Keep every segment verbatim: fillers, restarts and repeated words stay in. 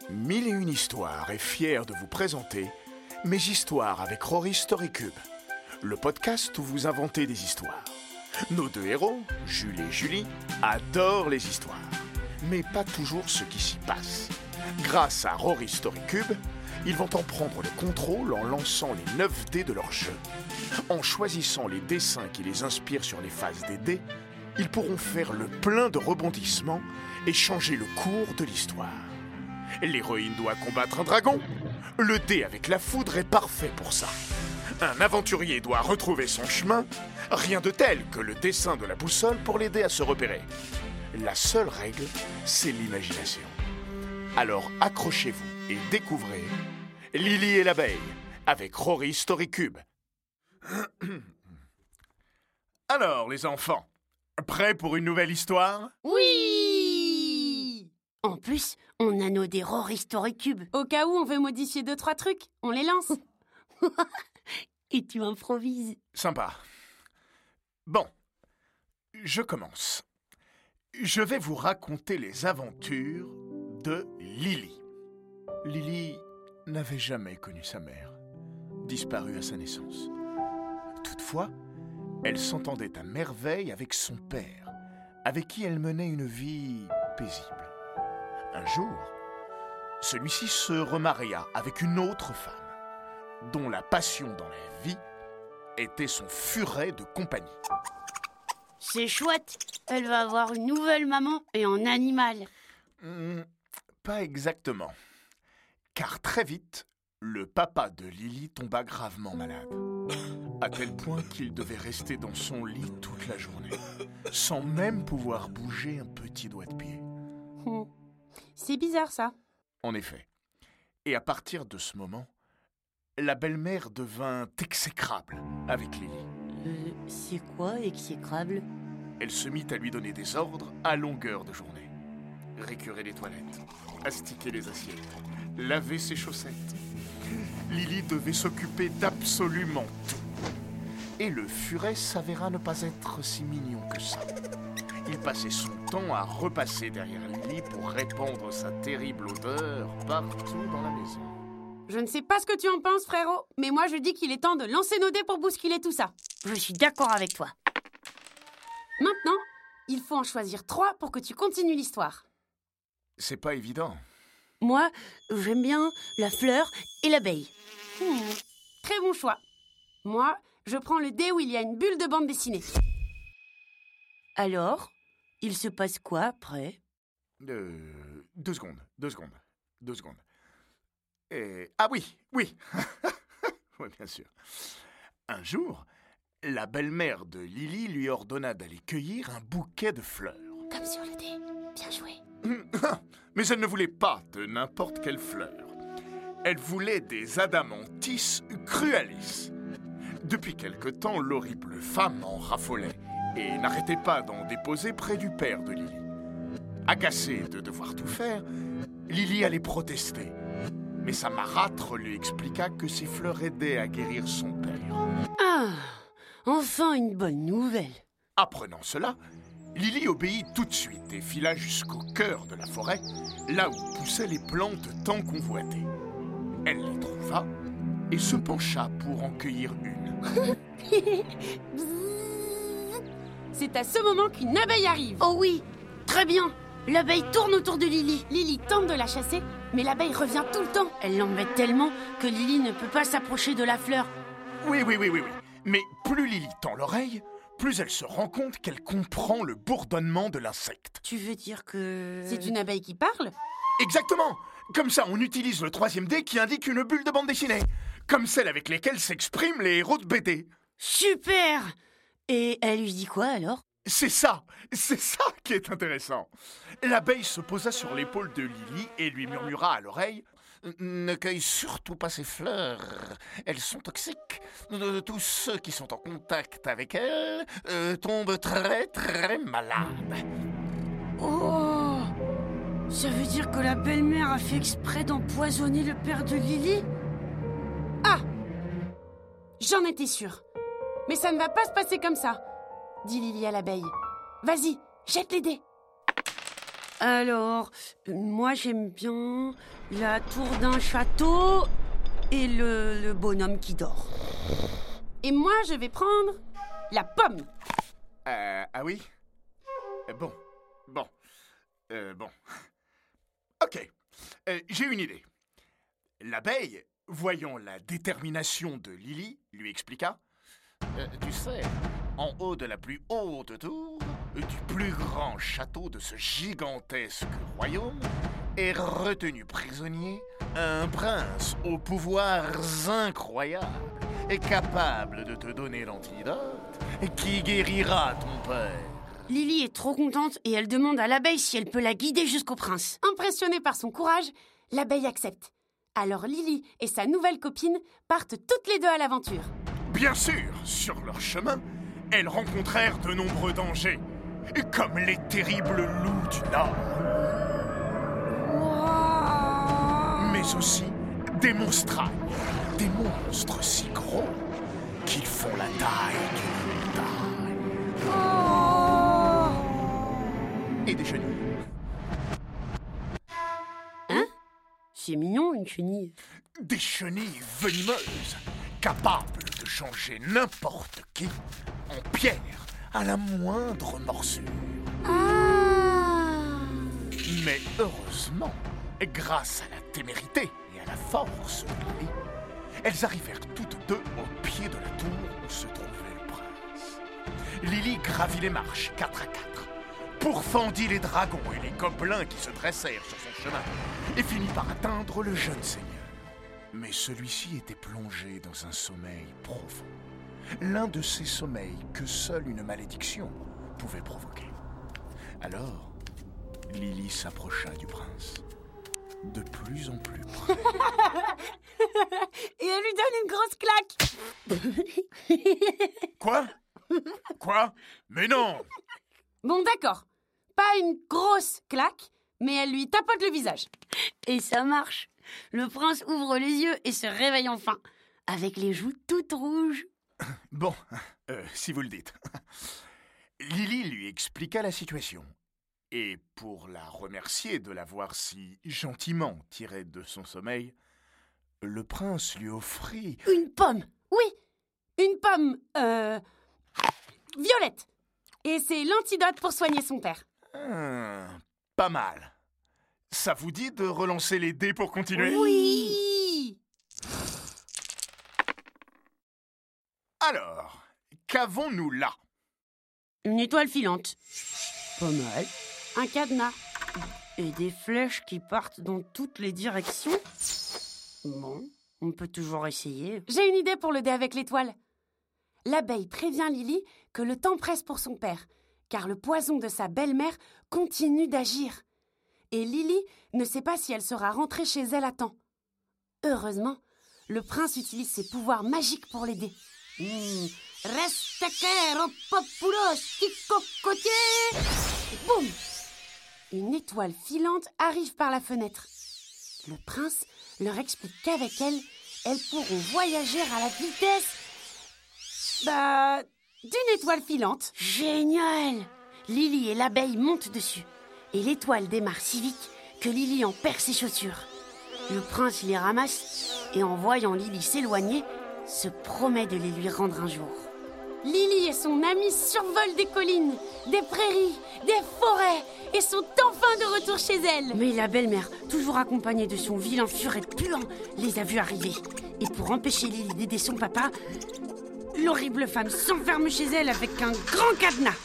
Mille et une histoires est fier de vous présenter Mes histoires avec Rory Storycube, le podcast où vous inventez des histoires. Nos deux héros, Jules et Julie, adorent les histoires, mais pas toujours ce qui s'y passe. Grâce à Rory Storycube, ils vont en prendre le contrôle en lançant les neuf dés de leur jeu. En choisissant les dessins qui les inspirent sur les faces des dés, ils pourront faire le plein de rebondissements et changer le cours de l'histoire. L'héroïne doit combattre un dragon. Le dé avec la foudre est parfait pour ça. Un aventurier doit retrouver son chemin. Rien de tel que le dessin de la boussole pour l'aider à se repérer. La seule règle, c'est l'imagination. Alors accrochez-vous et découvrez Lily et l'abeille avec Rory Storycube. Alors les enfants, prêts pour une nouvelle histoire ? Oui! En plus, on a nos dés Rory Storycube. Au cas où on veut modifier deux, trois trucs, on les lance. Et tu improvises. Sympa. Bon, je commence. Je vais vous raconter les aventures de Lily. Lily n'avait jamais connu sa mère, disparue à sa naissance. Toutefois, elle s'entendait à merveille avec son père, avec qui elle menait une vie paisible. Un jour, celui-ci se remaria avec une autre femme, dont la passion dans la vie était son furet de compagnie. C'est chouette, elle va avoir une nouvelle maman et un animal. Mmh, pas exactement, car très vite, le papa de Lily tomba gravement malade, à tel point qu'il devait rester dans son lit toute la journée, sans même pouvoir bouger un petit doigt de pied. Hmm. C'est bizarre ça. En effet. Et à partir de ce moment, la belle-mère devint exécrable avec Lily. Euh, c'est quoi exécrable ? Elle se mit à lui donner des ordres à longueur de journée. Récurer les toilettes, astiquer les assiettes, laver ses chaussettes. Lily devait s'occuper d'absolument tout. Et le furet s'avéra ne pas être si mignon que ça. Il passait son temps à repasser derrière Lily pour répandre sa terrible odeur partout dans la maison. Je ne sais pas ce que tu en penses, frérot, mais moi je dis qu'il est temps de lancer nos dés pour bousculer tout ça. Je suis d'accord avec toi. Maintenant, il faut en choisir trois pour que tu continues l'histoire. C'est pas évident. Moi, j'aime bien la fleur et l'abeille. Hmm, très bon choix. Moi, je prends le dé où il y a une bulle de bande dessinée. Alors, il se passe quoi après ? Euh, deux secondes, deux secondes, deux secondes. Et... Ah oui, oui. Oui, bien sûr. Un jour, la belle-mère de Lily lui ordonna d'aller cueillir un bouquet de fleurs. Comme sur le dé. Bien joué. Mais elle ne voulait pas de n'importe quelle fleur. Elle voulait des Adamanthis crualis. Depuis quelque temps, l'horrible femme en raffolait et n'arrêtait pas d'en déposer près du père de Lily. Agacée de devoir tout faire, Lily allait protester. Mais sa marâtre lui expliqua que ces fleurs aidaient à guérir son père. Ah, enfin une bonne nouvelle. Apprenant cela, Lily obéit tout de suite et fila jusqu'au cœur de la forêt, là où poussaient les plantes tant convoitées. Elle les trouva et se pencha pour en cueillir une. C'est à ce moment qu'une abeille arrive. Oh oui, très bien. L'abeille tourne autour de Lily. Lily tente de la chasser, mais l'abeille revient tout le temps. Elle l'embête tellement que Lily ne peut pas s'approcher de la fleur. Oui, oui, oui, oui, oui. Mais plus Lily tend l'oreille, plus elle se rend compte qu'elle comprend le bourdonnement de l'insecte. Tu veux dire que... C'est une abeille qui parle ? Exactement. Comme ça, on utilise le troisième dé qui indique une bulle de bande dessinée. Comme celle avec lesquelles s'expriment les héros de B D. Super! Et elle lui dit quoi alors ? C'est ça, c'est ça qui est intéressant. L'abeille se posa sur l'épaule de Lily et lui murmura à l'oreille « Ne cueille surtout pas ces fleurs, elles sont toxiques. Tous ceux qui sont en contact avec elles euh, tombent très très malades. » Oh! Ça veut dire que la belle-mère a fait exprès d'empoisonner le père de Lily ? Ah! J'en étais sûre. Mais ça ne va pas se passer comme ça, dit Lily à l'abeille. Vas-y, jette les dés. Alors, moi j'aime bien la tour d'un château et le, le bonhomme qui dort. Et moi, je vais prendre la pomme. Euh, ah oui Euh, Bon, bon, euh, bon. Ok, euh, j'ai une idée. L'abeille, voyant la détermination de Lily, lui expliqua euh, « Tu sais, en haut de la plus haute tour, du plus grand château de ce gigantesque royaume, est retenu prisonnier un prince aux pouvoirs incroyables et capable de te donner l'antidote qui guérira ton père. » Lily est trop contente et elle demande à l'abeille si elle peut la guider jusqu'au prince. Impressionnée par son courage, l'abeille accepte. Alors Lily et sa nouvelle copine partent toutes les deux à l'aventure. Bien sûr, sur leur chemin, elles rencontrèrent de nombreux dangers, comme les terribles loups du Nord. Wow. Mais aussi des monstragnes, des monstres si gros qu'ils font la taille d'une montagne. Oh. Et des chenilles. Hein? C'est mignon, une chenille. Des chenilles venimeuses, capables de changer n'importe qui en pierre à la moindre morsure. Ah. Mais heureusement, grâce à la témérité et à la force de Lily, elles arrivèrent toutes deux au pied de la tour où se trouvait le prince. Lily gravit les marches quatre à quatre, pourfendit les dragons et les gobelins qui se dressèrent sur son chemin, et finit par atteindre le jeune seigneur. Mais celui-ci était plongé dans un sommeil profond, l'un de ces sommeils que seule une malédiction pouvait provoquer. Alors, Lily s'approcha du prince, de plus en plus près. Et elle lui donne une grosse claque. Quoi? Quoi? Mais non! Bon, d'accord. Pas une grosse claque, mais elle lui tapote le visage. Et ça marche. Le prince ouvre les yeux et se réveille enfin, avec les joues toutes rouges. Bon, euh, si vous le dites. Lily lui expliqua la situation. Et pour la remercier de l'avoir si gentiment tirée de son sommeil, le prince lui offrit... Une pomme, oui. Une pomme, euh... violette. Et c'est l'antidote pour soigner son père. Hmm, pas mal. Ça vous dit de relancer les dés pour continuer? Oui. Alors, qu'avons-nous là? Une étoile filante. Pas mal. Un cadenas. Et des flèches qui partent dans toutes les directions. Bon, on peut toujours essayer. J'ai une idée pour le dé avec l'étoile. L'abeille prévient Lily que le temps presse pour son père, car le poison de sa belle-mère continue d'agir. Et Lily ne sait pas si elle sera rentrée chez elle à temps. Heureusement, le prince utilise ses pouvoirs magiques pour l'aider. Mmh. Reste quero populos cocotier. Boum! Une étoile filante arrive par la fenêtre. Le prince leur explique qu'avec elle, elles pourront voyager à la vitesse... Bah... d'une étoile filante. Génial! Lily et l'abeille montent dessus. Et l'étoile démarre si vite que Lily en perd ses chaussures. Le prince les ramasse et en voyant Lily s'éloigner, se promet de les lui rendre un jour. Lily et son amie survolent des collines, des prairies, des forêts et sont enfin de retour chez elle. Mais la belle-mère, toujours accompagnée de son vilain furet puant, les a vus arriver. Et pour empêcher Lily d'aider son papa, l'horrible femme s'enferme chez elle avec un grand cadenas.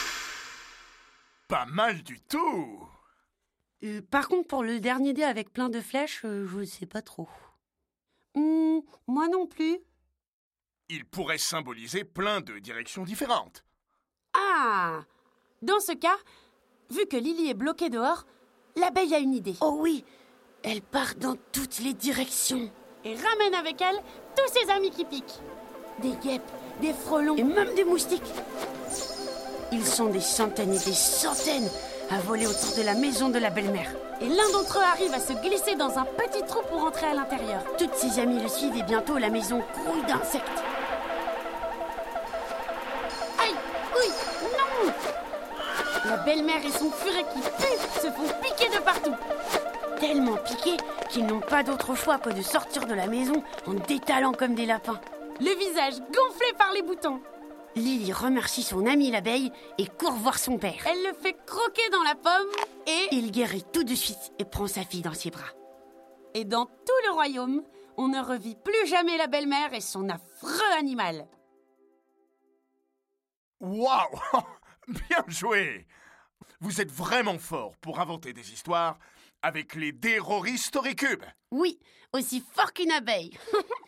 Pas mal du tout! Euh, par contre, pour le dernier dé avec plein de flèches, euh, je ne sais pas trop. Mmh, moi non plus. Il pourrait symboliser plein de directions différentes. Ah! Dans ce cas, vu que Lily est bloquée dehors, l'abeille a une idée. Oh oui, elle part dans toutes les directions. Et ramène avec elle tous ses amis qui piquent. Des guêpes, des frelons et même des moustiques. Ils sont des centaines et des centaines à voler autour de la maison de la belle-mère. Et l'un d'entre eux arrive à se glisser dans un petit trou pour entrer à l'intérieur. Toutes ses amies le suivent et bientôt la maison grouille d'insectes. Aïe! Oui! Non! La belle-mère et son furet qui pue se font piquer de partout. Tellement piqués qu'ils n'ont pas d'autre choix que de sortir de la maison en détalant comme des lapins. Le visage gonflé par les boutons. Lily remercie son amie l'abeille et court voir son père. Elle le fait croquer dans la pomme et... Il guérit tout de suite et prend sa fille dans ses bras. Et dans tout le royaume, on ne revit plus jamais la belle-mère et son affreux animal. Waouh! Bien joué! Vous êtes vraiment fort pour inventer des histoires avec les dés Rory Storycube. Oui, aussi fort qu'une abeille.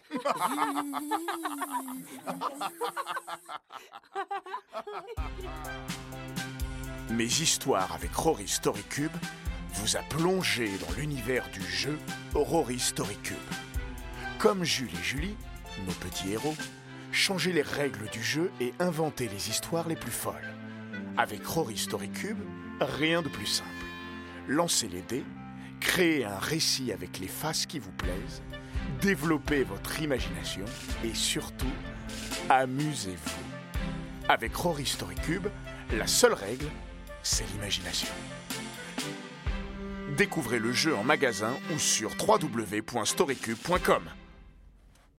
Mes histoires avec Rory Storycube vous a plongé dans l'univers du jeu Rory Storycube. Comme Jules et Julie, nos petits héros, changez les règles du jeu et inventez les histoires les plus folles. Avec Rory Storycube, rien de plus simple. Lancez les dés, créez un récit avec les faces qui vous plaisent, développez votre imagination et surtout, amusez-vous. Avec Rory Storycube, la seule règle, c'est l'imagination. Découvrez le jeu en magasin ou sur w w w point storycube point com.